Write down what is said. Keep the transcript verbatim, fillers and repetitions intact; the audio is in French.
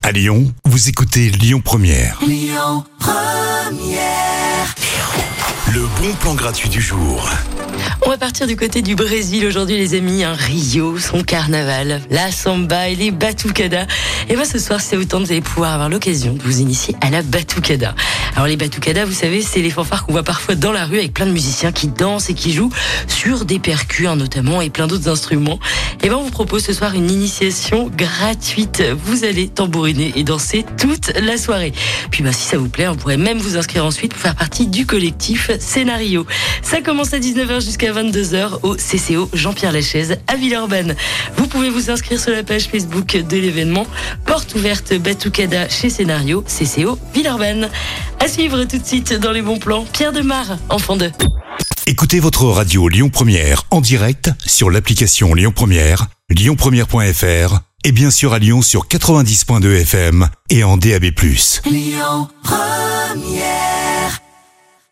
À Lyon, vous écoutez Lyon Première. Lyon Première. Le bon plan gratuit du jour. On va partir du côté du Brésil aujourd'hui, les amis. Un Rio, son carnaval, la samba et les batucadas. Et bien ce soir, c'est autant, vous allez pouvoir avoir l'occasion de vous initier à la batucada. Alors les batucadas, vous savez, c'est les fanfares qu'on voit parfois dans la rue avec plein de musiciens qui dansent et qui jouent sur des percus, hein, notamment, et plein d'autres instruments. Et ben on vous propose ce soir une initiation gratuite. Vous allez tambouriner et danser toute la soirée. Puis ben si ça vous plaît, on pourrait même vous inscrire ensuite pour faire partie du collectif Scénario. Ça commence à dix-neuf heures jusqu'à vingt-deux heures au C C O Jean-Pierre Lachaise à Villeurbanne. Vous pouvez vous inscrire sur la page Facebook de l'événement. Porte ouverte Batucada chez Scénario, C C O Villeurbanne. À suivre tout de suite dans les bons plans, Pierre Demar, enfant de. Écoutez votre radio Lyon Première en direct sur l'application Lyon Première, lyon première point f r et bien sûr à Lyon sur quatre-vingt-dix virgule deux F M et en D A B plus. Lyon Première.